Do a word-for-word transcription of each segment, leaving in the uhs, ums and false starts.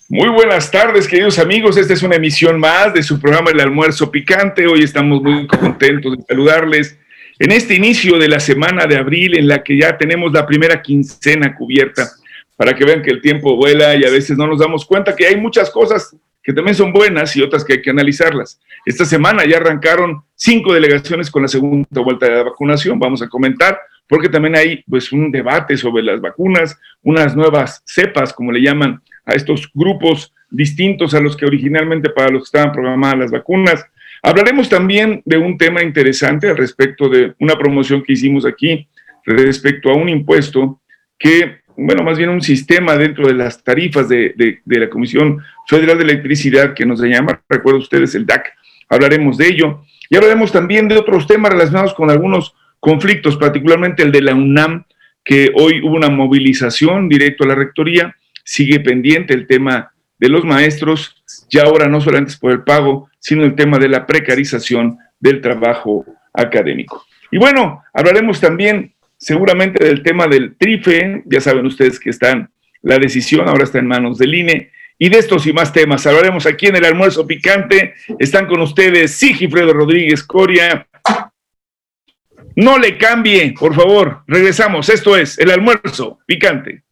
Muy buenas tardes, queridos amigos. Esta es una emisión más de su programa El Almuerzo Picante. Hoy estamos muy contentos de saludarles en este inicio de la semana de abril, en la que ya tenemos la primera quincena cubierta, para que vean que el tiempo vuela y a veces no nos damos cuenta que hay muchas cosas que también son buenas y otras que hay que analizarlas. Esta semana ya arrancaron cinco delegaciones con la segunda vuelta de la vacunación. Vamos a comentar, porque también hay pues un debate sobre las vacunas, unas nuevas cepas, como le llaman a estos grupos distintos a los que originalmente para los que estaban programadas las vacunas. Hablaremos también de un tema interesante al respecto de una promoción que hicimos aquí respecto a un impuesto que, bueno, más bien un sistema dentro de las tarifas de, de, de la Comisión Federal de Electricidad que nos llama, recuerden ustedes, el D A C. Hablaremos de ello y hablaremos también de otros temas relacionados con algunos conflictos, particularmente el de la UNAM, que hoy hubo una movilización directo a la rectoría. Sigue pendiente el tema de los maestros, ya ahora no solamente es por el pago, sino el tema de la precarización del trabajo académico. Y bueno, hablaremos también seguramente del tema del TRIFE. Ya saben ustedes que están, la decisión ahora está en manos del I N E, y de estos y más temas hablaremos aquí en el Almuerzo Picante. Están con ustedes Sigifredo Rodríguez Coria. No le cambie, por favor, regresamos. Esto es el Almuerzo Picante.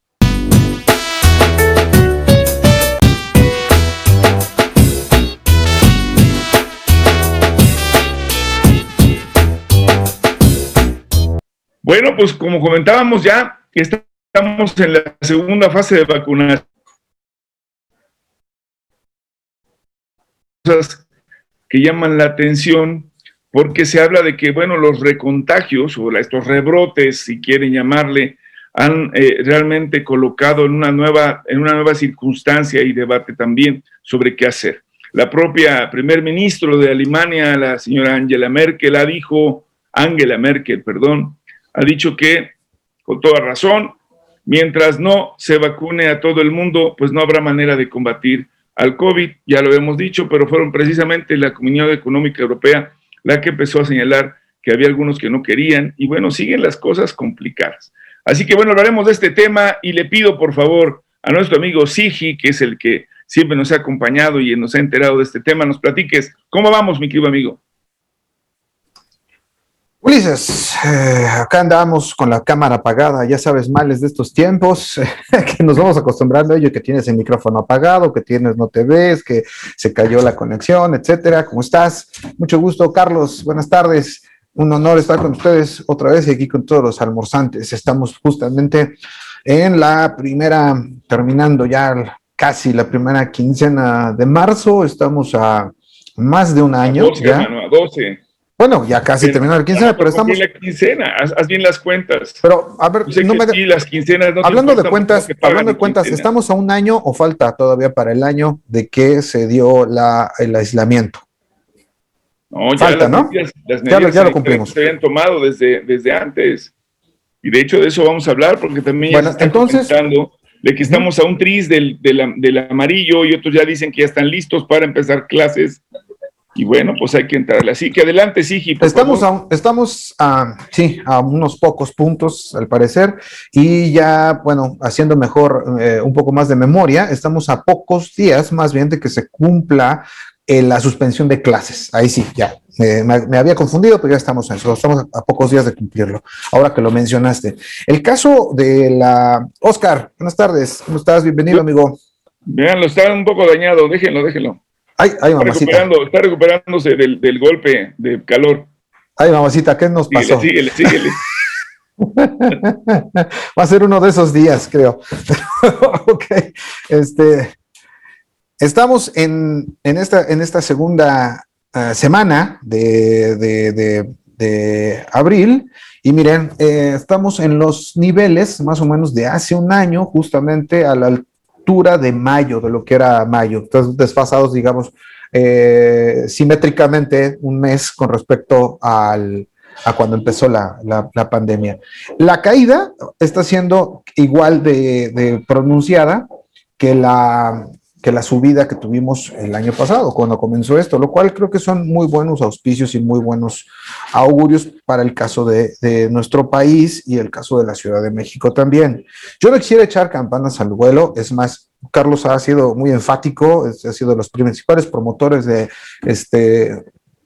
Bueno, pues como comentábamos ya, estamos en la segunda fase de vacunación. Cosas que llaman la atención, porque se habla de que, bueno, los recontagios o estos rebrotes, si quieren llamarle, han eh, realmente colocado en una nueva, en una nueva circunstancia y debate también sobre qué hacer. La propia primer ministro de Alemania, la señora Angela Merkel, ha dicho, Angela Merkel, perdón, ha dicho que, con toda razón, mientras no se vacune a todo el mundo, pues no habrá manera de combatir al COVID. Ya lo hemos dicho, pero fueron precisamente la Comunidad Económica Europea la que empezó a señalar que había algunos que no querían, y bueno, siguen las cosas complicadas. Así que bueno, hablaremos de este tema, y le pido por favor a nuestro amigo Sigi, que es el que siempre nos ha acompañado y nos ha enterado de este tema, nos platiques. ¿Cómo vamos, mi querido amigo? Ulises, eh, acá andamos con la cámara apagada, ya sabes, males de estos tiempos, que nos vamos acostumbrando a ello, que tienes el micrófono apagado, que tienes no te ves, que se cayó la conexión, etcétera. ¿Cómo estás? Mucho gusto, Carlos, buenas tardes, un honor estar con ustedes otra vez y aquí con todos los almorzantes. Estamos justamente en la primera, terminando ya casi la primera quincena de marzo, estamos a más de un año. A doce, ya. Hermano, a doce. Bueno, ya casi bien, terminó la quincena, pero estamos... la quincena, haz, haz bien las cuentas. Pero, a ver, no me... sí, las quincenas no hablando de cuentas, hablando de cuentas, quincena. ¿Estamos a un año o falta todavía para el año de que se dio la, el aislamiento? No, ya falta, las ¿no? Medidas, las medidas ya, lo, ya lo cumplimos. Se habían tomado desde, desde antes. Y de hecho de eso vamos a hablar, porque también bueno, ya se está entonces, comentando de que estamos uh-huh. a un tris del, del, del amarillo, y otros ya dicen que ya están listos para empezar clases. Y bueno, pues hay que entrarle. Así que adelante, Sigi, por estamos favor. A, estamos a, sí, a unos pocos puntos, al parecer, y ya, bueno, haciendo mejor, eh, un poco más de memoria, estamos a pocos días, más bien, de que se cumpla eh, la suspensión de clases. Ahí sí, ya, eh, me, me había confundido, pero ya estamos en eso, estamos a pocos días de cumplirlo, ahora que lo mencionaste. El caso de la... Oscar, buenas tardes, ¿cómo estás? Bienvenido, amigo. Veanlo, está un poco dañado, déjenlo, déjenlo. Ay, ay, está, mamacita. Recuperando, está recuperándose del, del golpe de calor. Ay, mamacita, ¿qué nos pasó? Síguele, síguele, síguele. Va a ser uno de esos días, creo. Ok, este, estamos en, en, esta, en esta segunda uh, semana de, de, de, de abril, y miren, eh, estamos en los niveles más o menos de hace un año, justamente a la altura de mayo, de lo que era mayo. Entonces, desfasados, digamos, eh, simétricamente un mes con respecto al, a cuando empezó la, la, la pandemia. La caída está siendo igual de, de pronunciada que la, que la subida que tuvimos el año pasado, cuando comenzó esto, lo cual creo que son muy buenos auspicios y muy buenos augurios para el caso de, de nuestro país y el caso de la Ciudad de México también. Yo no quisiera echar campanas al vuelo, es más, Carlos ha sido muy enfático, ha sido de los principales promotores de este.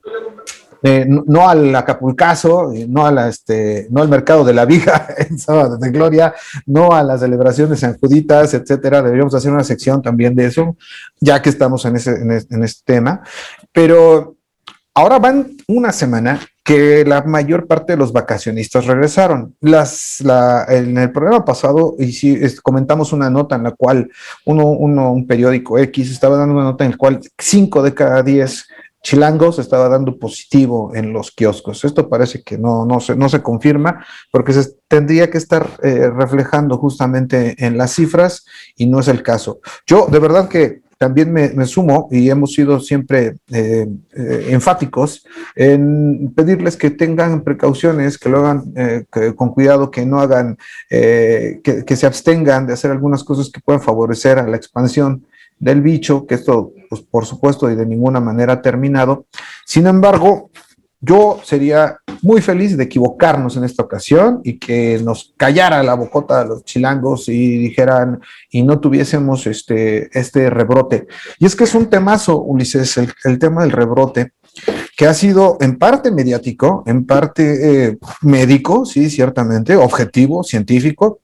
Eh, no, no al Acapulcazo, no, a la, este, no al mercado de la Viga en Sábado de Gloria, no a las celebraciones San Juditas, etcétera. Deberíamos hacer una sección también de eso, ya que estamos en ese, en ese, en ese tema. Pero ahora van una semana que la mayor parte de los vacacionistas regresaron. Las, la, en el programa pasado y sí, es, comentamos una nota en la cual uno, uno, un periódico X estaba dando una nota en la cual cinco de cada diez chilangos estaba dando positivo en los kioscos. Esto parece que no, no, se, no se confirma porque se tendría que estar eh, reflejando justamente en las cifras y no es el caso. Yo de verdad que también me, me sumo y hemos sido siempre eh, eh, enfáticos en pedirles que tengan precauciones, que lo hagan eh, que, con cuidado, que no hagan, eh, que, que se abstengan de hacer algunas cosas que puedan favorecer a la expansión del bicho, que esto, pues, por supuesto, y de ninguna manera ha terminado. Sin embargo, yo sería muy feliz de equivocarnos en esta ocasión y que nos callara la bocota de los chilangos y dijeran, y no tuviésemos este, este rebrote. Y es que es un temazo, Ulises, el, el tema del rebrote, que ha sido en parte mediático, en parte eh, médico, sí, ciertamente, objetivo, científico,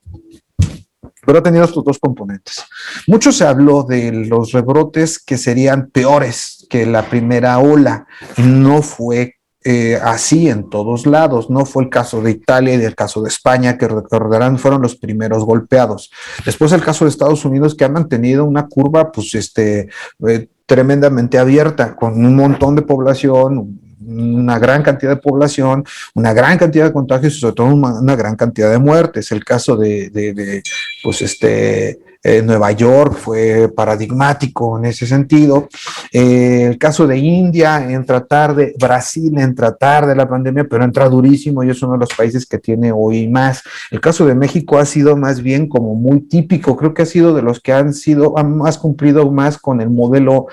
pero ha tenido estos dos componentes. Mucho se habló de los rebrotes que serían peores que la primera ola. No fue eh, así en todos lados. No fue el caso de Italia y el caso de España, que recordarán fueron los primeros golpeados. Después el caso de Estados Unidos, que ha mantenido una curva pues, este, eh, tremendamente abierta, con un montón de población, una gran cantidad de población, una gran cantidad de contagios y sobre todo una, una gran cantidad de muertes. El caso de, de, de pues este, eh, Nueva York fue paradigmático en ese sentido. Eh, el caso de India entra tarde, Brasil entra tarde la pandemia, pero entra durísimo y es uno de los países que tiene hoy más. El caso de México ha sido más bien como muy típico, creo que ha sido de los que han sido, han más cumplido más con el modelo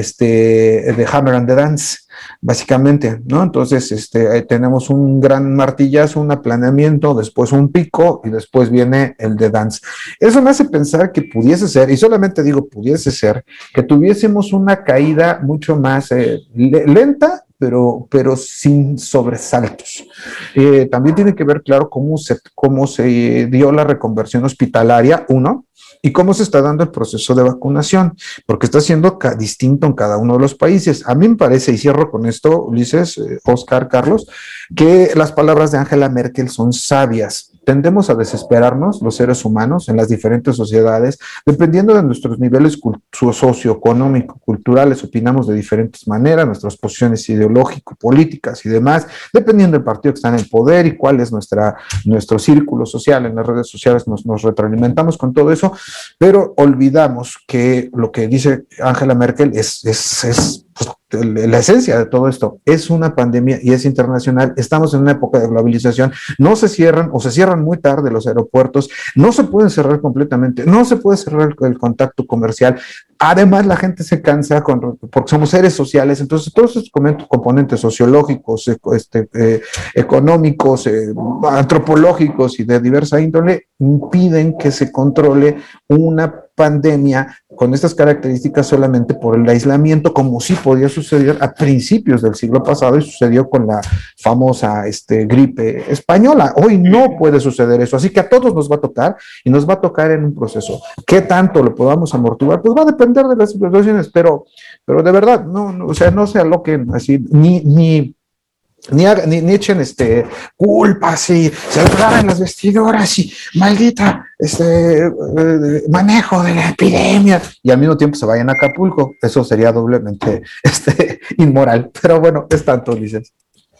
este, de Hammer and the Dance, básicamente, ¿no? Entonces, este, tenemos un gran martillazo, un aplanamiento, después un pico y después viene el de dance. Eso me hace pensar que pudiese ser, y solamente digo pudiese ser, que tuviésemos una caída mucho más eh, lenta, pero, pero sin sobresaltos. Eh, también tiene que ver, claro, cómo se, cómo se dio la reconversión hospitalaria, uno, y cómo se está dando el proceso de vacunación, porque está siendo distinto en cada uno de los países. A mí me parece, y cierro con esto, Ulises, eh, Oscar, Carlos, que las palabras de Angela Merkel son sabias. Tendemos a desesperarnos, los seres humanos, en las diferentes sociedades, dependiendo de nuestros niveles socioeconómicos, culturales, opinamos de diferentes maneras, nuestras posiciones ideológico-políticas y demás, dependiendo del partido que está en el poder y cuál es nuestra, nuestro círculo social en las redes sociales, nos, nos retroalimentamos con todo eso, pero olvidamos que lo que dice Angela Merkel es, es, es pues, la esencia de todo esto. Es una pandemia y es internacional. Estamos en una época de globalización. No se cierran o se cierran muy tarde los aeropuertos. No se pueden cerrar completamente. No se puede cerrar el, el contacto comercial. Además, la gente se cansa con, porque somos seres sociales. Entonces, todos esos componentes sociológicos, este, eh, económicos, eh, antropológicos y de diversa índole impiden que se controle una pandemia con estas características solamente por el aislamiento, como sí podía suceder a principios del siglo pasado y sucedió con la famosa este, gripe española. Hoy no puede suceder eso, así que a todos nos va a tocar y nos va a tocar en un proceso. ¿Qué tanto lo podamos amortiguar? Pues va a depender de las situaciones, pero, pero de verdad, no, no, o sea, no se aloquen así, ni, ni Ni, ni, ni echen este, culpas y se agarran las vestiduras y maldita este, eh, manejo de la epidemia y al mismo tiempo se vayan a Acapulco. Eso sería doblemente este, inmoral. Pero bueno, es tanto, dices.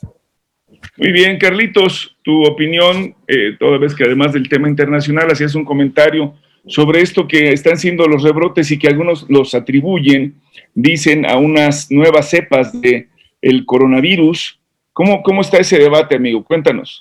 Muy bien, Carlitos, tu opinión, eh, toda vez que además del tema internacional hacías un comentario sobre esto que están siendo los rebrotes y que algunos los atribuyen, dicen, a unas nuevas cepas de el coronavirus. ¿Cómo, ¿Cómo está ese debate, amigo? Cuéntanos.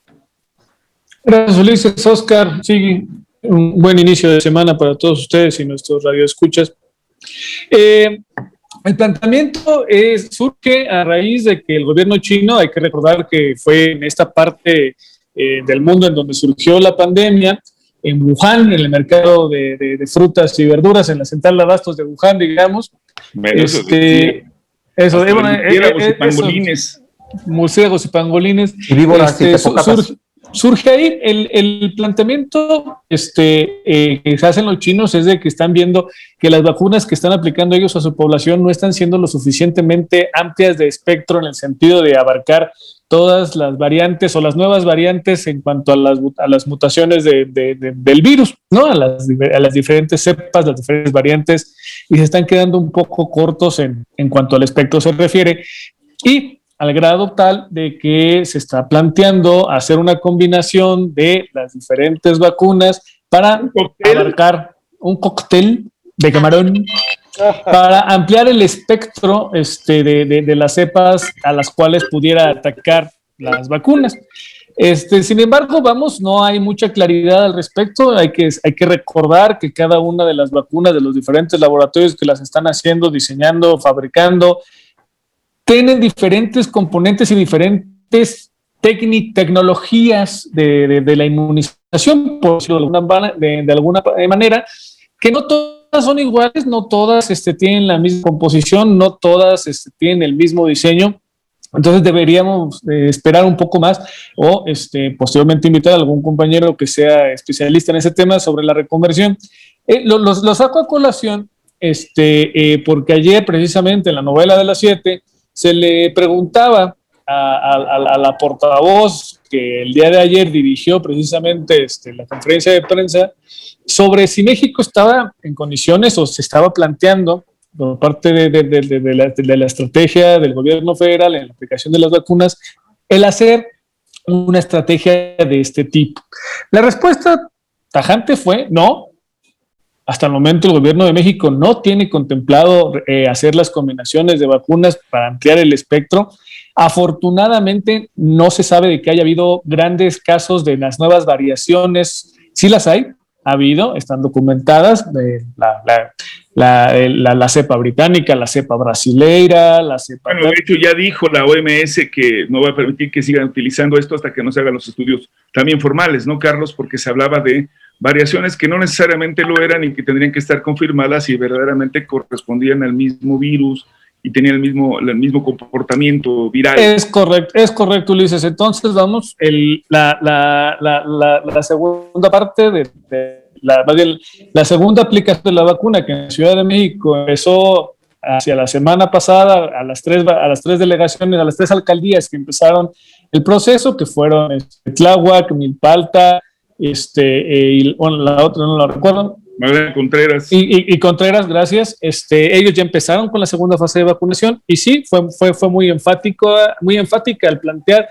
Gracias, Ulises. Oscar, sí, un buen inicio de semana para todos ustedes y nuestros radioescuchas. Eh, el planteamiento es, surge a raíz de que el gobierno chino, hay que recordar que fue en esta parte eh, del mundo en donde surgió la pandemia, en Wuhan, en el mercado de, de, de frutas y verduras, en la central de abastos de Wuhan, digamos. Bueno, este, eso, eso, bueno, murciélagos eh, y pangolines. Eso, murciélagos y pangolines. Y víboras este, y surge, surge ahí el, el planteamiento este, eh, que se hacen los chinos es de que están viendo que las vacunas que están aplicando ellos a su población no están siendo lo suficientemente amplias de espectro en el sentido de abarcar todas las variantes o las nuevas variantes en cuanto a las, a las mutaciones de, de, de, del virus, ¿no? A las, a las diferentes cepas, las diferentes variantes, y se están quedando un poco cortos en, en cuanto al espectro se refiere. Y al grado tal de que se está planteando hacer una combinación de las diferentes vacunas para abarcar un cóctel de camarón para ampliar el espectro este, de, de, de las cepas a las cuales pudiera atacar las vacunas. Este, sin embargo, vamos, no hay mucha claridad al respecto. Hay que, hay que recordar que cada una de las vacunas de los diferentes laboratorios que las están haciendo, diseñando, fabricando, tienen diferentes componentes y diferentes tecnologías de, de, de la inmunización, por decirlo de alguna, de, de alguna manera, que no todas son iguales, no todas este, tienen la misma composición, no todas este, tienen el mismo diseño. Entonces deberíamos eh, esperar un poco más o este, posteriormente invitar a algún compañero que sea especialista en ese tema sobre la reconversión. Eh, lo, lo, lo saco a colación este, eh, porque ayer precisamente en la novela de las siete se le preguntaba a, a, a la portavoz que el día de ayer dirigió precisamente este, la conferencia de prensa sobre si México estaba en condiciones o se estaba planteando por parte de, de, de, de, de, la, de la estrategia del gobierno federal en la aplicación de las vacunas, el hacer una estrategia de este tipo. La respuesta tajante fue no. Hasta el momento el gobierno de México no tiene contemplado eh, hacer las combinaciones de vacunas para ampliar el espectro. Afortunadamente no se sabe de que haya habido grandes casos de las nuevas variaciones. Sí las hay, ha habido, están documentadas, de la, la, la, la, la cepa británica, la cepa brasileira, la cepa... Bueno, de hecho ya dijo la O M S que no va a permitir que sigan utilizando esto hasta que no se hagan los estudios también formales, ¿no, Carlos? Porque se hablaba de variaciones que no necesariamente lo eran y que tendrían que estar confirmadas y verdaderamente correspondían al mismo virus y tenían el mismo, el mismo comportamiento viral. Es correcto, es correcto, Ulises. Entonces, vamos, el, la, la, la, la, la segunda parte de, de la, la segunda aplicación de la vacuna que en Ciudad de México empezó hacia la semana pasada a las tres, a las tres delegaciones, a las tres alcaldías que empezaron el proceso, que fueron este, Tláhuac, Milpalta, este, eh, y bueno, la otra no la recuerdo. Magdalena Contreras. Y, y, y Contreras, gracias. Este, ellos ya empezaron con la segunda fase de vacunación y sí, fue, fue, fue muy, enfático, muy enfática al plantear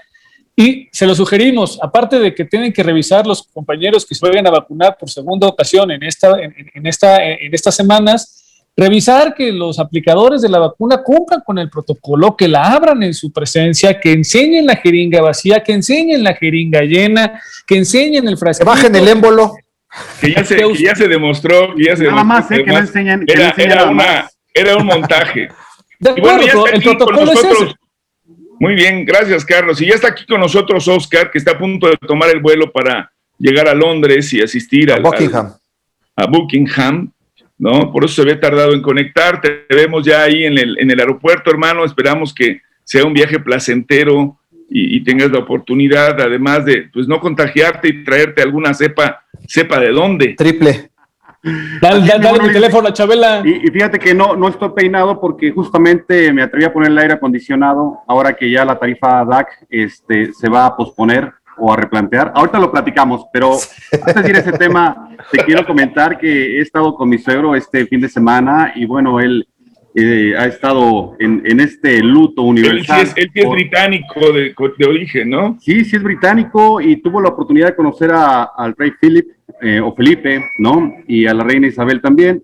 y se lo sugerimos, aparte de que tienen que revisar los compañeros que se vayan a vacunar por segunda ocasión en, esta, en, en, esta, en estas semanas, revisar que los aplicadores de la vacuna cumplan con el protocolo, que la abran en su presencia, que enseñen la jeringa vacía, que enseñen la jeringa llena, que enseñen el frasco. Que bajen el émbolo. Que ya se, que ya se demostró, que ya se Nada demostró, más, eh, que no enseñan. Que era, no enseñan era, nada una, más. era un montaje. De acuerdo, bueno, el protocolo es ese. Muy bien, gracias, Carlos. Y ya está aquí con nosotros Oscar, que está a punto de tomar el vuelo para llegar a Londres y asistir A al, Buckingham. Al, a Buckingham, ¿no? Por eso se ve tardado en conectar. Te vemos ya ahí en el, en el aeropuerto, hermano. Esperamos que sea un viaje placentero y, y tengas la oportunidad, además de pues no contagiarte y traerte alguna cepa, sepa de dónde. Triple. Dale, dale, dale mi teléfono a Chabela. Y, y fíjate que no, no estoy peinado porque justamente me atreví a poner el aire acondicionado ahora que ya la tarifa D A C este, se va a posponer o a replantear. Ahorita lo platicamos, pero antes de ir a ese tema, te quiero comentar que he estado con mi suegro este fin de semana y bueno, él eh, ha estado en, en este luto universal. Él sí es, él sí es británico de, de origen, ¿no? Sí, sí es británico y tuvo la oportunidad de conocer a, al rey Philip, eh, o Felipe, ¿no? Y a la reina Isabel también.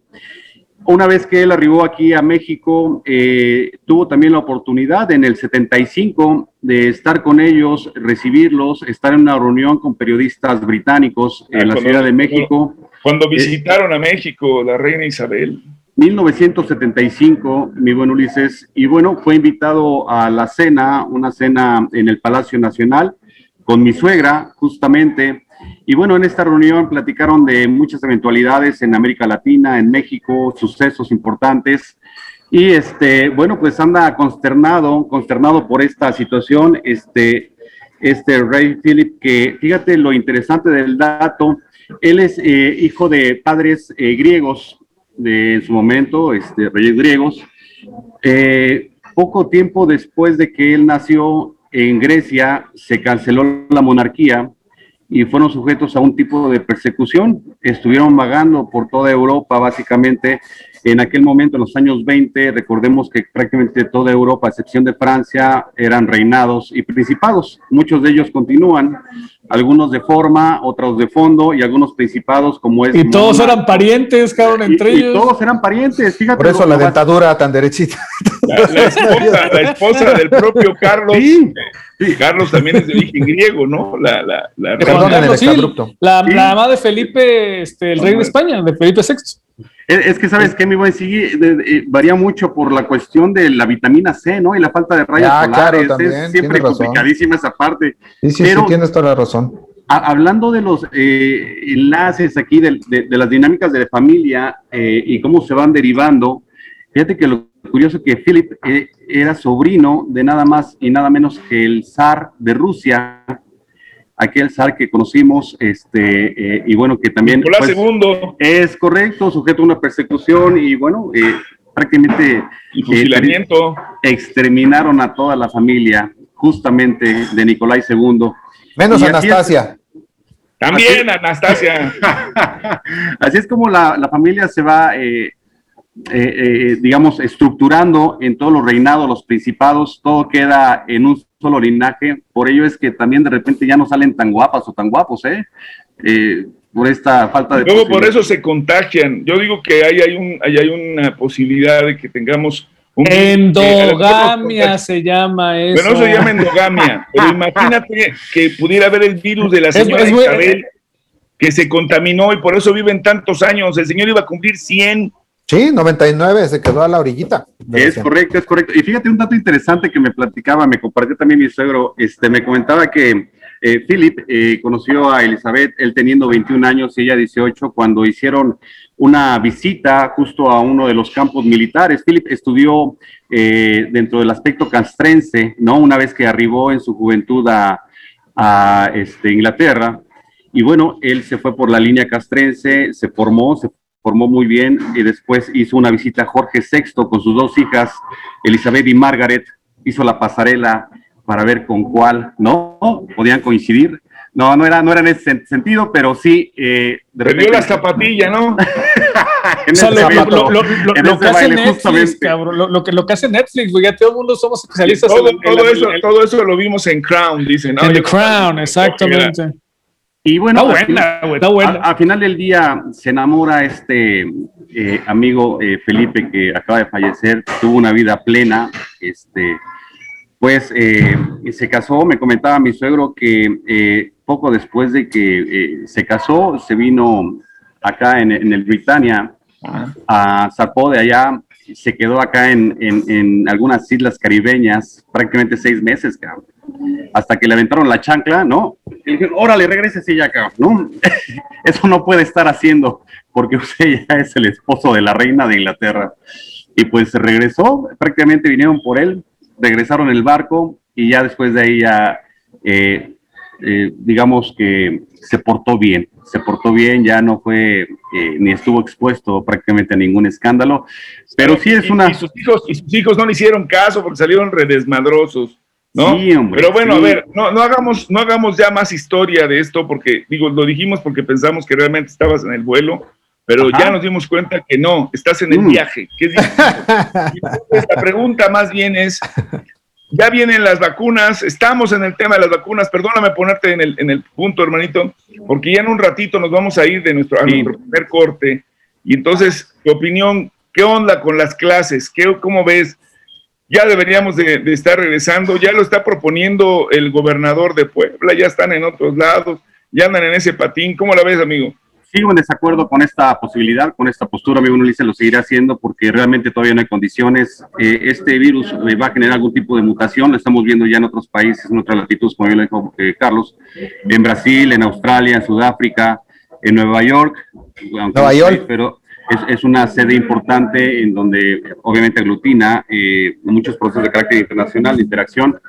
Una vez que él arribó aquí a México, eh, tuvo también la oportunidad en el setenta y cinco de estar con ellos, recibirlos, estar en una reunión con periodistas británicos en ah, la cuando, Ciudad de México. Cuando visitaron eh, a México la reina Isabel. mil novecientos setenta y cinco, mi buen Ulises, y bueno, fue invitado a la cena, una cena en el Palacio Nacional, con mi suegra, justamente, Y bueno, en esta reunión platicaron de muchas eventualidades en América Latina, en México, sucesos importantes. Y este, bueno, pues anda consternado, consternado por esta situación, este, este rey Philip, que fíjate lo interesante del dato, él es eh, hijo de padres eh, griegos, de en su momento, este, reyes griegos. Eh, poco tiempo después de que él nació en Grecia, se canceló la monarquía y fueron sujetos a un tipo de persecución. Estuvieron vagando por toda Europa, básicamente. En aquel momento, en los años veinte, recordemos que prácticamente toda Europa, a excepción de Francia, eran reinados y principados. Muchos de ellos continúan, algunos de forma, otros de fondo, y algunos principados como es... Y todos eran parientes, cabrón, entre y, ellos. Y todos eran parientes, fíjate. Por eso la dentadura tan derechita. La, la, esposa, la esposa del propio Carlos, sí. Sí. Carlos también es de origen griego, ¿no? La, la, la, Perdón, Carlos, el sí, la, sí. la mamá de Felipe, este, el rey de España, de Felipe sexto. Es, es que, ¿sabes qué, mi buen? Sí, de, de, varía mucho por la cuestión de la vitamina C, ¿no? Y la falta de rayos ah, solares. Claro, también, es siempre complicadísima esa parte. Sí, sí, Pero, sí, tienes toda la razón. A, hablando de los eh, enlaces aquí, de, de, de las dinámicas de familia eh, y cómo se van derivando, fíjate que lo curioso es que Philip eh, era sobrino de nada más y nada menos que el zar de Rusia, aquel zar que conocimos, este, eh, y bueno, que también... Nicolás pues, segundo. Es correcto, sujeto a una persecución y bueno, eh, prácticamente... Y fusilamiento. Eh, exterminaron a toda la familia, justamente, de Nicolás segundo. Menos y Anastasia. Es, también así, Anastasia. Así es como la, la familia se va... Eh, Eh, eh, digamos, estructurando en todos los reinados, los principados, todo queda en un solo linaje. Por ello es que también de repente ya no salen tan guapas o tan guapos, ¿eh? eh por esta falta de... Luego por eso se contagian. Yo digo que ahí hay, un, ahí hay una posibilidad de que tengamos... Un endogamia eh, se llama eso. Pero no se llama endogamia. Pero imagínate que pudiera haber el virus de la señora es, es Isabel, muy... que se contaminó y por eso viven tantos años. El señor iba a cumplir cien. Sí, noventa y nueve, se quedó a la orillita. Es correcto, es correcto. Y fíjate un dato interesante que me platicaba, me compartió también mi suegro, este, me comentaba que eh, Philip eh, conoció a Elizabeth, él teniendo veintiún años y ella dieciocho, cuando hicieron una visita justo a uno de los campos militares. Philip estudió eh, dentro del aspecto castrense, ¿no? Una vez que arribó en su juventud a, a este, Inglaterra, y bueno, él se fue por la línea castrense, se formó, se formó muy bien y después hizo una visita a Jorge sexto con sus dos hijas, Elizabeth y Margaret, hizo la pasarela para ver con cuál, ¿no? Podían coincidir. No, no era, no era en ese sentido, pero sí... Eh, de repente, dio la zapatilla, ¿no? o sea, lo, lo, lo, lo, lo que hace Netflix, cabrón, lo, lo, que, lo que hace Netflix, güey, ya todo el mundo somos especialistas. Todo, en, todo, en eso, el, todo eso lo vimos en Crown, dicen. ¿no? En The Crown, exactamente. Y bueno, está buena, güey, está buena. Al final del día se enamora este eh, amigo eh, Felipe, que acaba de fallecer, tuvo una vida plena, este, pues eh, se casó. Me comentaba mi suegro que eh, poco después de que eh, se casó, se vino acá en, en el Britannia, a zarpó de allá, se quedó acá en, en, en algunas islas caribeñas, prácticamente seis meses, cabrón. Hasta que le aventaron la chancla, ¿no? Y le dijeron, órale, regrésese ya, cabrón, ¿no? Eso no puede estar haciendo, porque usted ya es el esposo de la reina de Inglaterra. Y pues se regresó, prácticamente vinieron por él, regresaron el barco, y ya después de ahí ya, eh, eh, digamos que se portó bien, se portó bien, ya no fue, eh, ni estuvo expuesto prácticamente a ningún escándalo, pero sí es una... Y, y, sus, hijos, y sus hijos no le hicieron caso porque salieron redesmadrosos. ¿No? Sí, hombre, pero bueno, sí. a ver, no, no, hagamos, no hagamos ya más historia de esto, porque, digo, lo dijimos porque pensamos que realmente estabas en el vuelo, pero Ajá. ya nos dimos cuenta que no, estás en el mm. viaje. ¿Qué es y entonces, la pregunta más bien es, ya vienen las vacunas, estamos en el tema de las vacunas, perdóname ponerte en el, en el punto, hermanito, porque ya en un ratito nos vamos a ir de nuestro, a sí. nuestro primer corte, y entonces, tu opinión, ¿qué onda con las clases? ¿Qué, ¿Cómo ves? Ya deberíamos de, de estar regresando, ya lo está proponiendo el gobernador de Puebla, ya están en otros lados, ya andan en ese patín. ¿Cómo la ves, amigo? sigo en desacuerdo con esta posibilidad, con esta postura. Mi Ulises lo seguirá haciendo porque realmente todavía no hay condiciones. Eh, este virus eh, va a generar algún tipo de mutación, lo estamos viendo ya en otros países, en otras latitudes, como bien lo dijo eh, Carlos, en Brasil, en Australia, en Sudáfrica, en Nueva York, Nueva York. pero es, es una sede importante en donde obviamente aglutina eh, muchos procesos de carácter internacional, de interacción.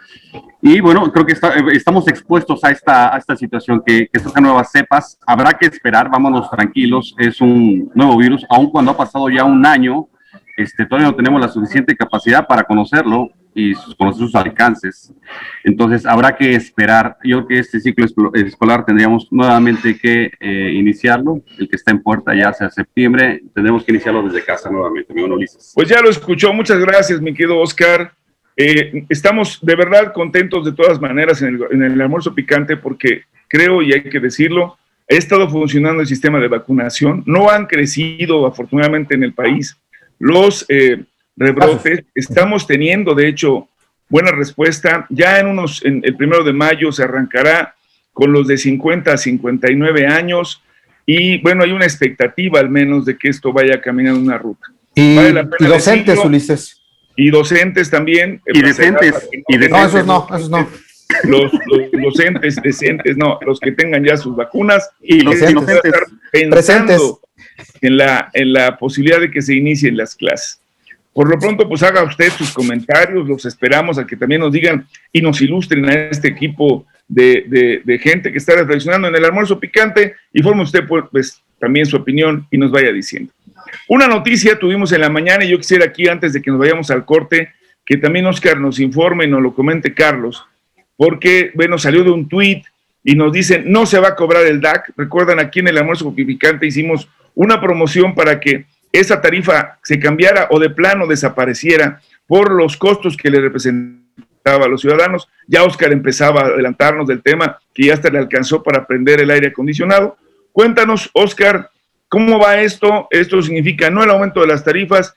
Y bueno, creo que está, estamos expuestos a esta, a esta situación, que, que surjan nuevas cepas. Habrá que esperar, vámonos tranquilos, es un nuevo virus, aun cuando ha pasado ya un año, este, todavía no tenemos la suficiente capacidad para conocerlo y conocer sus alcances. Entonces habrá que esperar. Yo creo que este ciclo escolar tendríamos nuevamente que eh, iniciarlo, el que está en puerta ya hacia septiembre, tendremos que iniciarlo desde casa nuevamente, mi Ulises. Pues ya lo escuchó, muchas gracias, mi querido Oscar. Eh, estamos de verdad contentos de todas maneras en el, en el almuerzo picante porque creo, y hay que decirlo, ha estado funcionando el sistema de vacunación, no han crecido afortunadamente en el país los eh, rebrotes, estamos teniendo de hecho buena respuesta, ya en unos, en el primero de mayo se arrancará con los de cincuenta a cincuenta y nueve años y bueno, hay una expectativa al menos de que esto vaya caminando una ruta. Y, vale la pena y docentes, decirlo, Ulises. Y docentes también. Y decentes. No, y decentes. No, esos no, esos no. Los, los docentes decentes, no, los que tengan ya sus vacunas. Y los inocentes. Pensando en la, en la posibilidad de que se inicien las clases. Por lo pronto, pues haga usted sus comentarios, los esperamos a que también nos digan y nos ilustren a este equipo de, de, de gente que está reflexionando en el almuerzo picante y forme usted pues también su opinión y nos vaya diciendo. Una noticia tuvimos en la mañana y yo quisiera aquí, antes de que nos vayamos al corte, que también Oscar nos informe y nos lo comente Carlos, porque, bueno, salió de un tuit y nos dicen, no se va a cobrar el D A C. Recuerdan, aquí en el almuerzo picante hicimos una promoción para que esa tarifa se cambiara o de plano desapareciera por los costos que le representaba a los ciudadanos. Ya Oscar empezaba a adelantarnos del tema, que ya hasta le alcanzó para prender el aire acondicionado. Cuéntanos, Oscar, ¿cómo va esto? Esto significa no el aumento de las tarifas,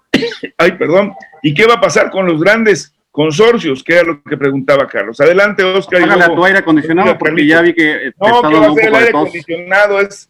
ay, perdón, ¿y qué va a pasar con los grandes consorcios? Que era lo que preguntaba Carlos. Adelante, Oscar. Hágale a tu aire acondicionado, porque Carlitos. Ya vi que... No, que va a ser el aire acondicionado, es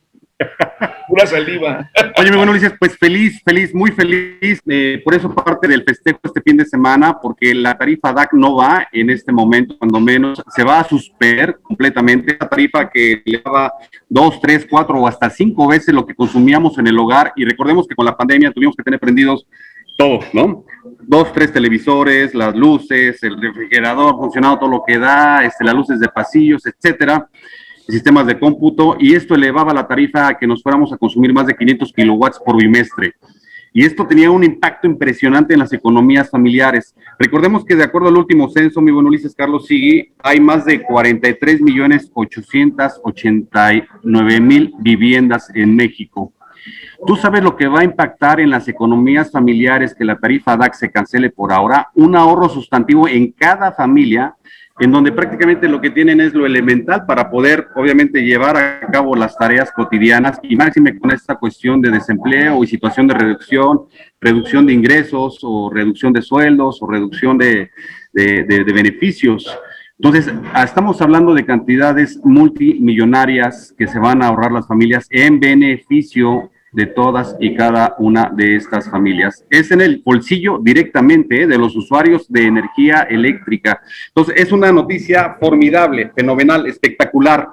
pura saliva. Oye, mi bueno, Ulises, pues feliz, feliz, muy feliz, eh, por eso parte del festejo este fin de semana, porque la tarifa D A C no va en este momento, cuando menos, se va a suspender completamente, la tarifa que le daba dos, tres, cuatro o hasta cinco veces lo que consumíamos en el hogar, y recordemos que con la pandemia tuvimos que tener prendidos todo, ¿no? Dos, tres televisores, las luces, el refrigerador funcionando todo lo que da, este, las luces de pasillos, etcétera, sistemas de cómputo, y esto elevaba la tarifa a que nos fuéramos a consumir más de quinientos kilowatts por bimestre. Y esto tenía un impacto impresionante en las economías familiares. Recordemos que de acuerdo al último censo, mi buen Ulises Carlos Sigui, hay más de cuarenta y tres millones ochocientos ochenta y nueve mil viviendas en México. ¿Tú sabes lo que va a impactar en las economías familiares que la tarifa D A C se cancele por ahora? Un ahorro sustantivo en cada familia, en donde prácticamente lo que tienen es lo elemental para poder, obviamente, llevar a cabo las tareas cotidianas y máxime con esta cuestión de desempleo y situación de reducción, reducción de ingresos o reducción de sueldos o reducción de, de, de, de beneficios. Entonces, estamos hablando de cantidades multimillonarias que se van a ahorrar las familias en beneficio de todas y cada una de estas familias. Es en el bolsillo directamente ¿eh? de los usuarios de energía eléctrica. Entonces, es una noticia formidable, fenomenal, espectacular.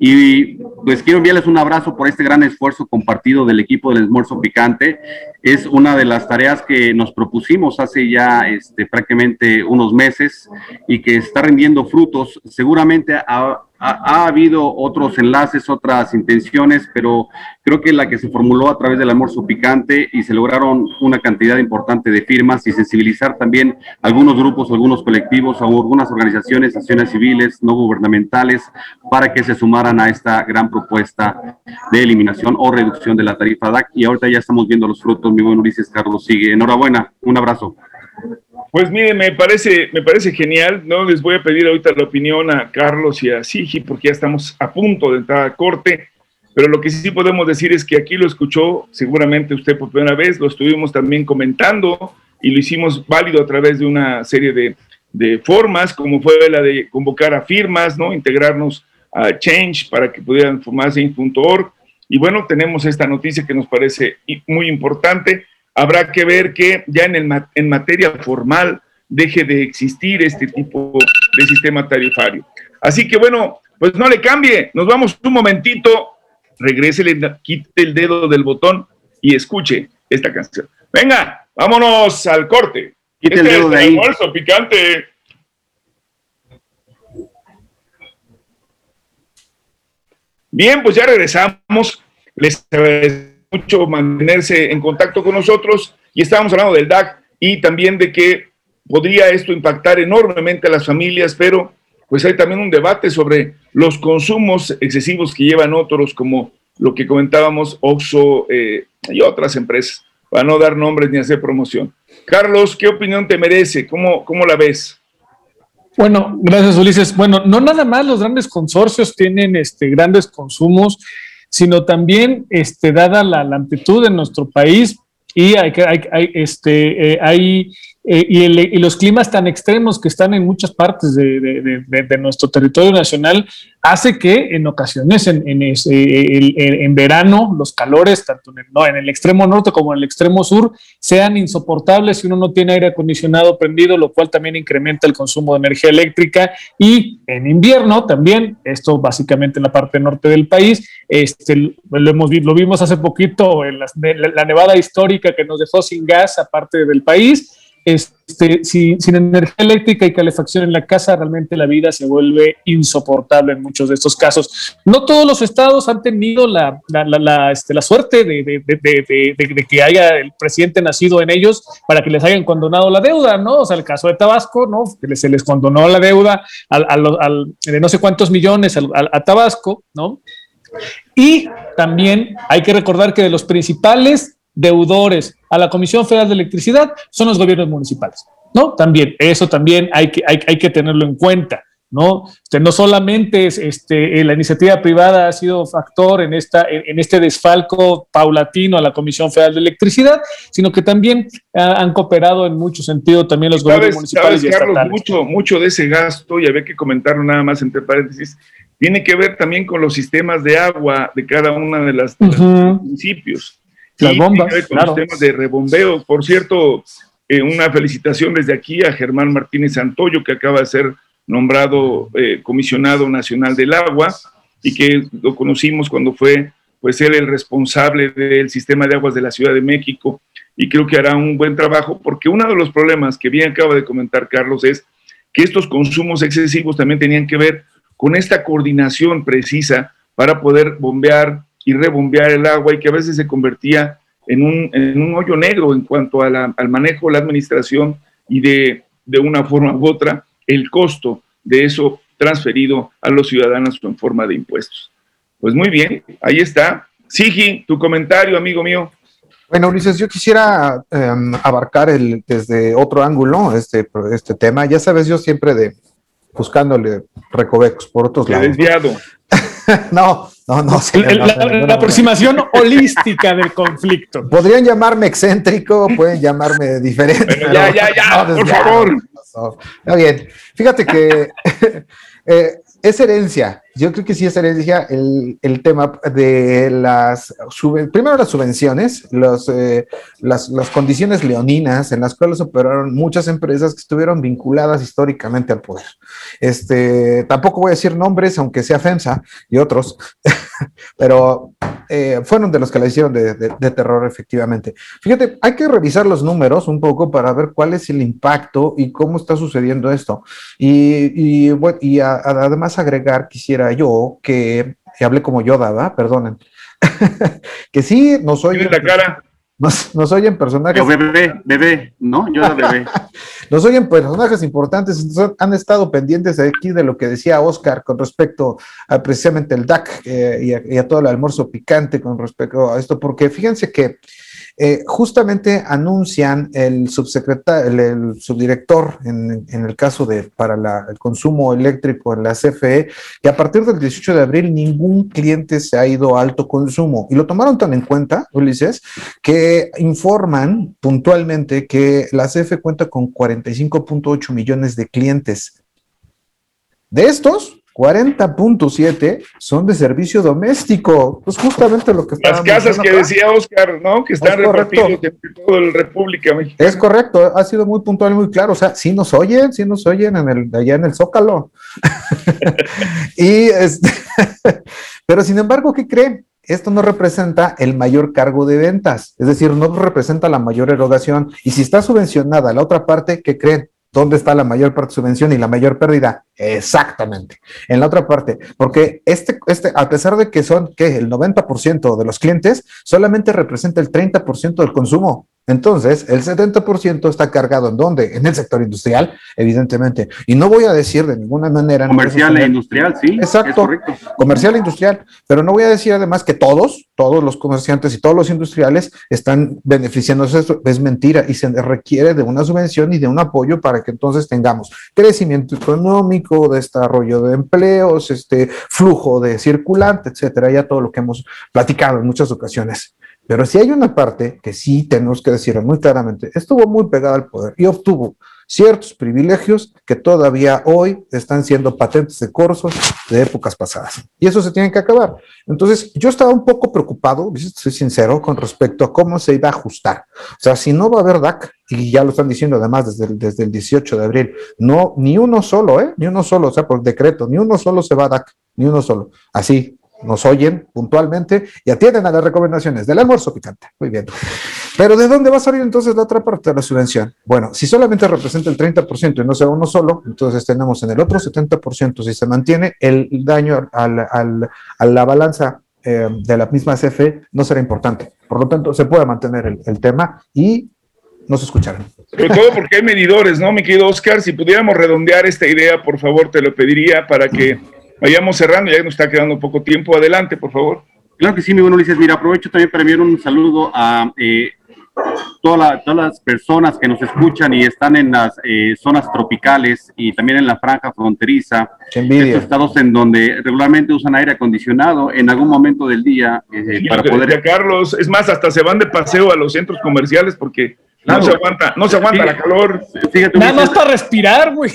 Y pues quiero enviarles un abrazo por este gran esfuerzo compartido del equipo del Almuerzo Picante. Es una de las tareas que nos propusimos hace ya este, prácticamente unos meses y que está rindiendo frutos. Seguramente ha, ha, ha habido otros enlaces, otras intenciones, pero creo que la que se formuló a través del Almuerzo Picante y se lograron una cantidad importante de firmas y sensibilizar también algunos grupos, algunos colectivos o algunas organizaciones, acciones civiles, no gubernamentales, para que se sumaran a esta gran propuesta de eliminación o reducción de la tarifa D A C, y ahorita ya estamos viendo los frutos, mi buen Ulises Carlos Sigui. Enhorabuena, un abrazo. Pues mire, me parece, me parece genial, no les voy a pedir ahorita la opinión a Carlos y a Sigui, porque ya estamos a punto de entrar a corte, pero lo que sí podemos decir es que aquí lo escuchó seguramente usted por primera vez, lo estuvimos también comentando y lo hicimos válido a través de una serie de, de formas, como fue la de convocar a firmas, ¿no? Integrarnos a Change para que pudieran formarse en punto org, Y bueno, tenemos esta noticia que nos parece muy importante. Habrá que ver que ya en, el, en materia formal deje de existir este tipo de sistema tarifario. Así que bueno, pues no le cambie, nos vamos un momentito, regrésele, quite el dedo del botón y escuche esta canción. Venga, vámonos al corte. Quite este el dedo es de el ahí. Almuerzo Picante. Bien, pues ya regresamos. Les agradezco mucho mantenerse en contacto con nosotros y estábamos hablando del D A C y también de que podría esto impactar enormemente a las familias, pero pues hay también un debate sobre los consumos excesivos que llevan otros, como lo que comentábamos, Oxxo eh, y otras empresas, para no dar nombres ni hacer promoción. Carlos, ¿qué opinión te merece? ¿Cómo, cómo la ves? Bueno, gracias, Ulises. Bueno, no nada más los grandes consorcios tienen este, grandes consumos, sino también, este, dada la, la amplitud de nuestro país, y hay, hay, hay, este, eh, hay eh, y, el, y los climas tan extremos que están en muchas partes de, de, de, de nuestro territorio nacional, hace que en ocasiones en, en, ese, el, en verano los calores, tanto en el, no, en el extremo norte como en el extremo sur, sean insoportables si uno no tiene aire acondicionado prendido, lo cual también incrementa el consumo de energía eléctrica. Y en invierno también, esto básicamente en la parte norte del país, este, lo, hemos, lo vimos hace poquito en la, la nevada histórica que nos dejó sin gas aparte del país. Este, sin, sin energía eléctrica y calefacción en la casa, realmente la vida se vuelve insoportable en muchos de estos casos. No todos los estados han tenido la, la, la, la, este, la suerte de, de, de, de, de, de que haya el presidente nacido en ellos para que les hayan condonado la deuda, ¿no? O sea, el caso de Tabasco, ¿no? Que se les condonó la deuda al, al, al, de no sé cuántos millones al, al, a Tabasco, ¿no? Y también hay que recordar que de los principales deudores a la Comisión Federal de Electricidad son los gobiernos municipales, ¿no? También, eso también hay que, hay, hay que tenerlo en cuenta, ¿no? Este, no solamente es, este, la iniciativa privada ha sido factor en, esta, en, en este desfalco paulatino a la Comisión Federal de Electricidad, sino que también uh, han cooperado en mucho sentido también los ¿Sabes, gobiernos municipales sabes, y Carlos, estatales. Mucho, mucho de ese gasto, y había que comentarlo nada más entre paréntesis, tiene que ver también con los sistemas de agua de cada una de las, uh-huh. de los municipios. Las bombas, con claro. Los temas de rebombeo. Por cierto, eh, una felicitación desde aquí a Germán Martínez Santoyo, que acaba de ser nombrado eh, comisionado nacional del agua y que lo conocimos cuando fue, pues, él el responsable del sistema de aguas de la Ciudad de México, y creo que hará un buen trabajo, porque uno de los problemas que bien acaba de comentar Carlos es que estos consumos excesivos también tenían que ver con esta coordinación precisa para poder bombear y rebombear el agua, y que a veces se convertía en un, en un hoyo negro en cuanto a la, al manejo, la administración, y de, de una forma u otra el costo de eso transferido a los ciudadanos en forma de impuestos. Pues muy bien, ahí está. Sigi, tu comentario, amigo mío. Bueno, Ulises, yo quisiera um, abarcar el, desde otro ángulo este, este tema. Ya sabes, yo siempre de buscándole recovecos por otros lados. Desviado. No, no, no. Sí, la, no, la, no, no, la aproximación no, holística del conflicto. Podrían llamarme excéntrico, pueden llamarme diferente. Pero ya, ya, ya, no, por favor. Está bien. Fíjate que eh, es herencia. Yo creo que sí es herencia el, el tema de las, sub, primero las subvenciones, los, eh, las, las condiciones leoninas en las cuales operaron muchas empresas que estuvieron vinculadas históricamente al poder. Este, tampoco voy a decir nombres, aunque sea FEMSA y otros, pero eh, fueron de los que la hicieron de, de, de terror, efectivamente. Fíjate, hay que revisar los números un poco para ver cuál es el impacto y cómo está sucediendo esto. Y, y, bueno, y a, a, además agregar, quisiera yo que, que hablé como Yoda, ¿verdad? Perdonen. Que sí, nos oyen. la cara. Nos, nos oyen personajes. Yo bebé, bebé, ¿no? Yoda bebé. Nos oyen personajes importantes, entonces han estado pendientes aquí de lo que decía Oscar con respecto a precisamente el D A C eh, y, a, y a todo el almuerzo picante con respecto a esto, porque fíjense que Eh, justamente anuncian el subsecretario, el, el subdirector en, en el caso de para la, el consumo eléctrico en la C F E, que a partir del dieciocho de abril ningún cliente se ha ido a alto consumo, y lo tomaron tan en cuenta, Ulises, que informan puntualmente que la C F E cuenta con cuarenta y cinco punto ocho millones de clientes. De estos, cuarenta punto siete son de servicio doméstico. Pues justamente lo que Las casas que acá. Decía Oscar, ¿no? Que están repartidos en toda la República Mexicana. Es correcto, ha sido muy puntual y muy claro. O sea, sí nos oyen, sí nos oyen en el, allá en el Zócalo. y este, pero sin embargo, ¿qué creen? Esto no representa el mayor cargo de ventas, es decir, no representa la mayor erogación. Y si está subvencionada la otra parte, ¿qué creen? ¿Dónde está la mayor parte de subvención y la mayor pérdida? Exactamente, en la otra parte, porque este, este, a pesar de que son, ¿qué? El noventa por ciento de los clientes, solamente representa el treinta por ciento del consumo. Entonces, el setenta por ciento está cargado ¿en dónde? En el sector industrial, evidentemente. Y no voy a decir de ninguna manera... Comercial no e industrial, sí. Exacto, es correcto. Comercial e industrial. Pero no voy a decir además que todos, todos los comerciantes y todos los industriales están beneficiándose de esto. Es mentira y se requiere de una subvención y de un apoyo para que entonces tengamos crecimiento económico, desarrollo de empleos, este flujo de circulante, etcétera. Ya todo lo que hemos platicado en muchas ocasiones. Pero si hay una parte que sí tenemos que decirlo muy claramente, estuvo muy pegada al poder y obtuvo ciertos privilegios que todavía hoy están siendo patentes de corsos de épocas pasadas. Y eso se tiene que acabar. Entonces, yo estaba un poco preocupado, soy sincero, con respecto a cómo se iba a ajustar. O sea, si no va a haber D A C, y ya lo están diciendo además desde el, desde el dieciocho de abril, no, ni uno solo, ¿eh? Ni uno solo, o sea, por decreto, ni uno solo se va a D A C, ni uno solo. Así. Nos oyen puntualmente y atienden a las recomendaciones del almuerzo picante. Muy bien. Pero ¿de dónde va a salir entonces la otra parte de la subvención? Bueno, si solamente representa el treinta por ciento y no sea uno solo, entonces tenemos en el otro setenta por ciento, si se mantiene, el daño al, al, a la balanza eh, de la misma C F E no será importante. Por lo tanto, se puede mantener el, el tema y nos escucharán. Sobre todo porque hay medidores, ¿no, mi querido Oscar? Si pudiéramos redondear esta idea, por favor, te lo pediría para que vayamos cerrando, ya nos está quedando poco tiempo. Adelante, por favor. Claro que sí, mi bueno, Ulises. Mira, aprovecho también para enviar un saludo a eh, toda la, todas las personas que nos escuchan y están en las eh, zonas tropicales y también en la franja fronteriza. Estos estados en donde regularmente usan aire acondicionado en algún momento del día eh, sí, para poder... Decía Carlos, es más, hasta se van de paseo a los centros comerciales porque... Claro. No se aguanta, no se aguanta sí, la calor. Fíjate, nada más para respirar, güey.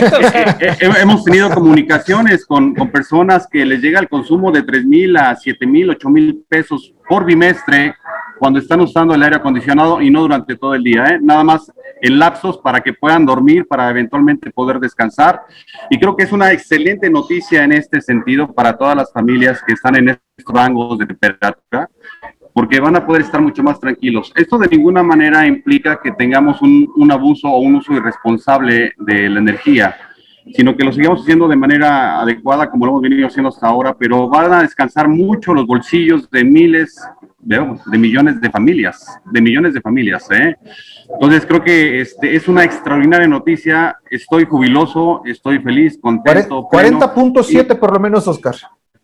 Hemos tenido comunicaciones con, con personas que les llega el consumo de tres mil a siete mil, ocho mil pesos por bimestre cuando están usando el aire acondicionado y no durante todo el día, ¿eh? Nada más en lapsos para que puedan dormir, para eventualmente poder descansar. Y creo que es una excelente noticia en este sentido para todas las familias que están en estos rangos de temperatura, porque van a poder estar mucho más tranquilos. Esto de ninguna manera implica que tengamos un, un abuso o un uso irresponsable de la energía, sino que lo sigamos haciendo de manera adecuada como lo hemos venido haciendo hasta ahora, pero van a descansar mucho los bolsillos de miles, de, de millones de familias, de millones de familias, ¿eh? Entonces creo que este, es una extraordinaria noticia, estoy jubiloso, estoy feliz, contento. cuarenta punto siete por lo menos, Oscar.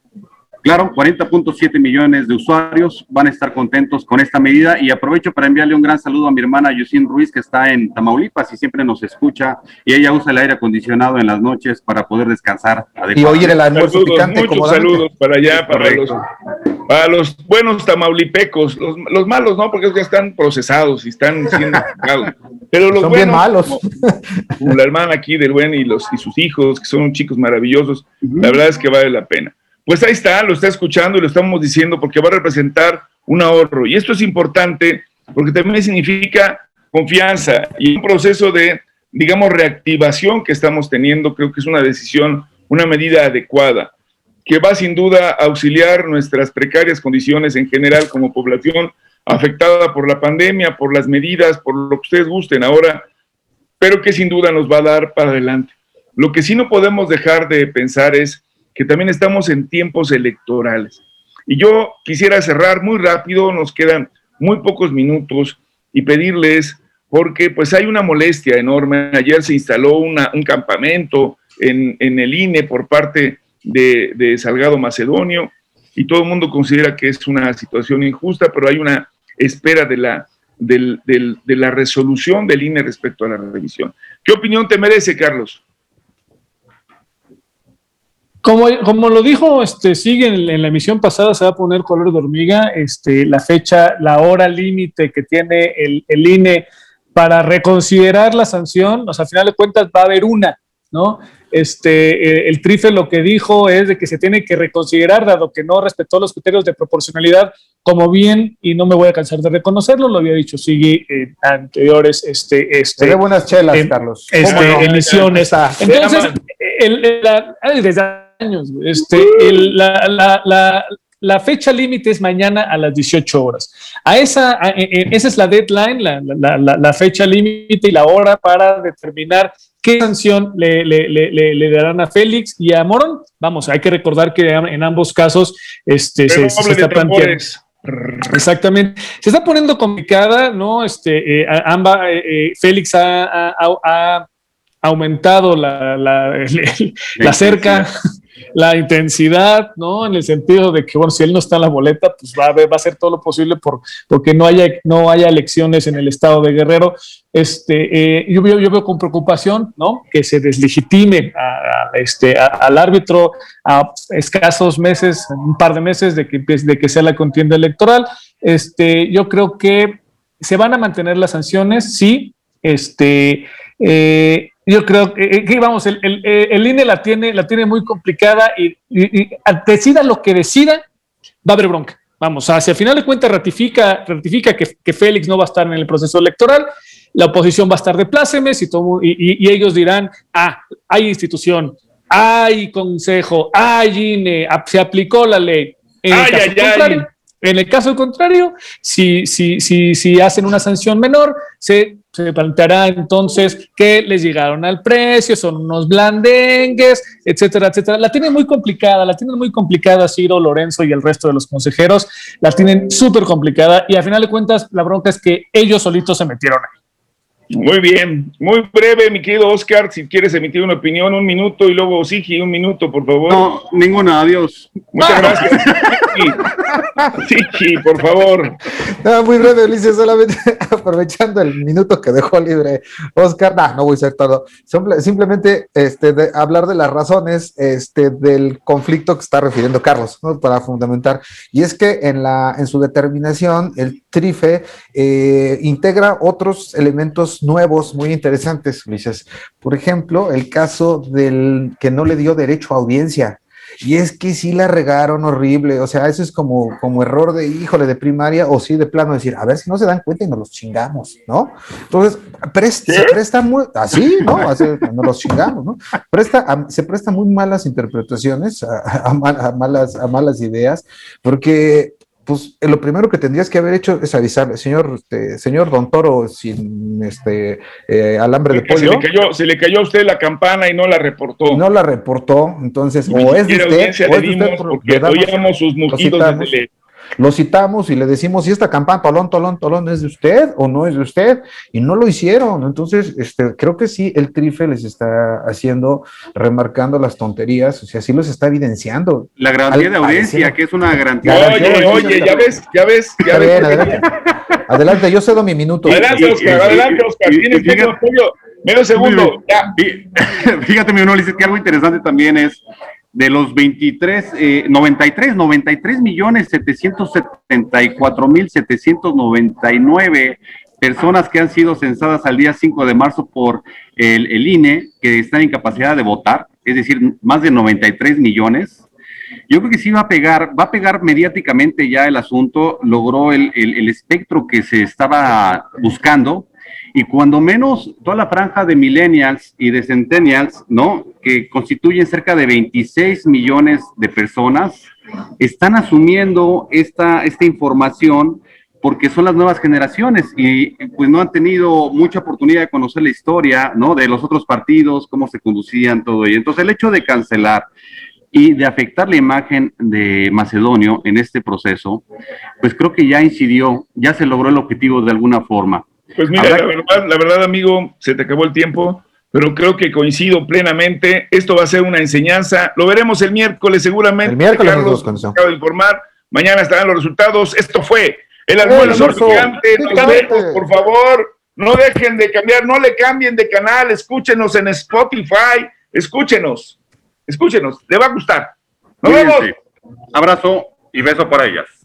Claro, cuarenta punto siete millones de usuarios van a estar contentos con esta medida y aprovecho para enviarle un gran saludo a mi hermana Yusin Ruiz, que está en Tamaulipas y siempre nos escucha, y ella usa el aire acondicionado en las noches para poder descansar. Y oír el almuerzo saludos, picante. Muchos saludos para allá, para los, para los buenos tamaulipecos, los, los malos no, porque ya están procesados y están siendo juzgados. Pero los son buenos, bien malos. Como, como la hermana aquí del buen y, los, y sus hijos, que son chicos maravillosos, uh-huh. La verdad es que vale la pena. Pues ahí está, lo está escuchando y lo estamos diciendo porque va a representar un ahorro. Y esto es importante porque también significa confianza y un proceso de, digamos, reactivación que estamos teniendo. Creo que es una decisión, una medida adecuada, que va sin duda a auxiliar nuestras precarias condiciones en general como población afectada por la pandemia, por las medidas, por lo que ustedes gusten ahora, pero que sin duda nos va a dar para adelante. Lo que sí no podemos dejar de pensar es que también estamos en tiempos electorales. Y yo quisiera cerrar muy rápido, nos quedan muy pocos minutos, y pedirles, porque pues hay una molestia enorme. Ayer se instaló una, un campamento en, en el I N E por parte de, de Salgado Macedonio, y todo el mundo considera que es una situación injusta, pero hay una espera de la, del, del, de la resolución del I N E respecto a la revisión. ¿Qué opinión te merece, Carlos? Como, como lo dijo, este, sigue en, en la emisión pasada, se va a poner color de hormiga, este, la fecha, la hora límite que tiene el, el I N E para reconsiderar la sanción. O sea, a final de cuentas va a haber una, ¿no? Este, eh, el Trife lo que dijo es de que se tiene que reconsiderar, dado que no respetó los criterios de proporcionalidad, como bien, y no me voy a cansar de reconocerlo, lo había dicho Sigui en anteriores este, este, de buenas chelas, en, Carlos. este, no? emisiones. Entonces, el, el, la, desde años, este, el, la, la, la La fecha límite es mañana a las dieciocho horas. A esa, a, a, esa es la deadline, la, la, la, la fecha límite y la hora para determinar qué sanción le, le, le, le darán a Félix y a Morón. Vamos, hay que recordar que en ambos casos este, se, se está planteando. Exactamente. Se está poniendo complicada, ¿no? Este, eh, amba, eh, Félix ha, ha, ha aumentado la, la, la, la cerca. La intensidad, ¿no? En el sentido de que, bueno, si él no está en la boleta, pues va a, ver, va a hacer todo lo posible por, porque no haya, no haya elecciones en el estado de Guerrero. Este, eh, yo, veo, yo veo con preocupación, ¿no? Que se deslegitime a, a, este, a, al árbitro a escasos meses, un par de meses de que, de que sea la contienda electoral. Este, yo creo que se van a mantener las sanciones, sí. Este, eh, yo creo que, que vamos, el, el, el I N E la tiene, la tiene muy complicada y, y, y decida lo que decida, va a haber bronca. Vamos, o sea, si al final de cuentas ratifica, ratifica que, que Félix no va a estar en el proceso electoral, la oposición va a estar de plácemes y, todo, y, y, y ellos dirán, ah, hay institución, hay consejo, hay I N E, se aplicó la ley. En ay, el caso ay, contrario, ay. En el caso contrario, si, si, si, si hacen una sanción menor, se, se planteará entonces que les llegaron al precio, son unos blandengues, etcétera, etcétera. La tienen muy complicada, la tienen muy complicada Ciro, Lorenzo y el resto de los consejeros, la tienen súper complicada y al final de cuentas la bronca es que ellos solitos se metieron ahí. Muy bien, muy breve, mi querido Oscar, si quieres emitir una opinión, un minuto, y luego Sigui, un minuto, por favor. No, ninguna, adiós. Muchas gracias. Sigui, por favor. No, muy breve, Ulises, solamente aprovechando el minuto que dejó libre Oscar, no, no voy a ser todo, simplemente este, de hablar de las razones este, del conflicto que está refiriendo Carlos, ¿no? Para fundamentar, y es que en, la, en su determinación el Trife eh, integra otros elementos nuevos muy interesantes, Ulises. Por ejemplo, el caso del que no le dio derecho a audiencia. Y es que sí la regaron horrible, o sea, eso es como, como error de, híjole, de primaria, o sí de plano decir, a ver si no se dan cuenta y nos los chingamos, ¿no? Entonces, presta, se presta muy, así, ¿no? Así, nos los chingamos, ¿no? Presta, a, se presta muy malas interpretaciones, a, a, a, malas, a malas ideas, porque pues lo primero que tendrías que haber hecho es avisarle, señor, este, señor Don Toro, sin este eh, alambre de pollo. Se le, cayó, se le cayó a usted la campana y no la reportó. No la reportó, entonces, Ni o es de usted, o es de usted, porque oíamos sus mugidos desde el... Lo citamos y le decimos si esta campana, tolón, tolón, tolón, ¿es de usted o no es de usted? Y no lo hicieron. Entonces, este, creo que sí, el Trife les está haciendo, remarcando las tonterías, o sea, sí los está evidenciando. La garantía de audiencia, que es una garantía. Oye, oye, ya ves, ya ves, ya ves. Bien, adelante. Adelante, yo cedo mi minuto. Adelante, Oscar, adelante, Oscar. Tienes medio apoyo, medio segundo. Ya. Fíjate, mi Ulises, que algo interesante también es de los veintitrés, eh, noventa y tres, noventa y tres millones setecientos setenta y cuatro mil setecientos noventa y nueve personas que han sido censadas al día cinco de marzo por el, el I N E, que están en capacidad de votar, es decir, más de noventa y tres millones. Yo creo que sí va a pegar, va a pegar mediáticamente ya el asunto, logró el, el, el espectro que se estaba buscando, y cuando menos toda la franja de millennials y de centennials, ¿no?, que constituyen cerca de veintiséis millones de personas, están asumiendo esta, esta información porque son las nuevas generaciones y pues no han tenido mucha oportunidad de conocer la historia, ¿no?, de los otros partidos, cómo se conducían, todo ello. Entonces, el hecho de cancelar y de afectar la imagen de Macedonio en este proceso, pues creo que ya incidió, ya se logró el objetivo de alguna forma. Pues mira, la verdad, la verdad, amigo, se te acabó el tiempo, pero creo que coincido plenamente. Esto va a ser una enseñanza. Lo veremos el miércoles, seguramente. El miércoles, Carlos, nos acaba de informar. Mañana estarán los resultados. Esto fue el almuerzo picante. Nos vemos, por favor. No dejen de cambiar, no le cambien de canal. Escúchenos en Spotify. Escúchenos. Escúchenos. Le va a gustar. Nos Cuídense. vemos. Abrazo y beso para ellas.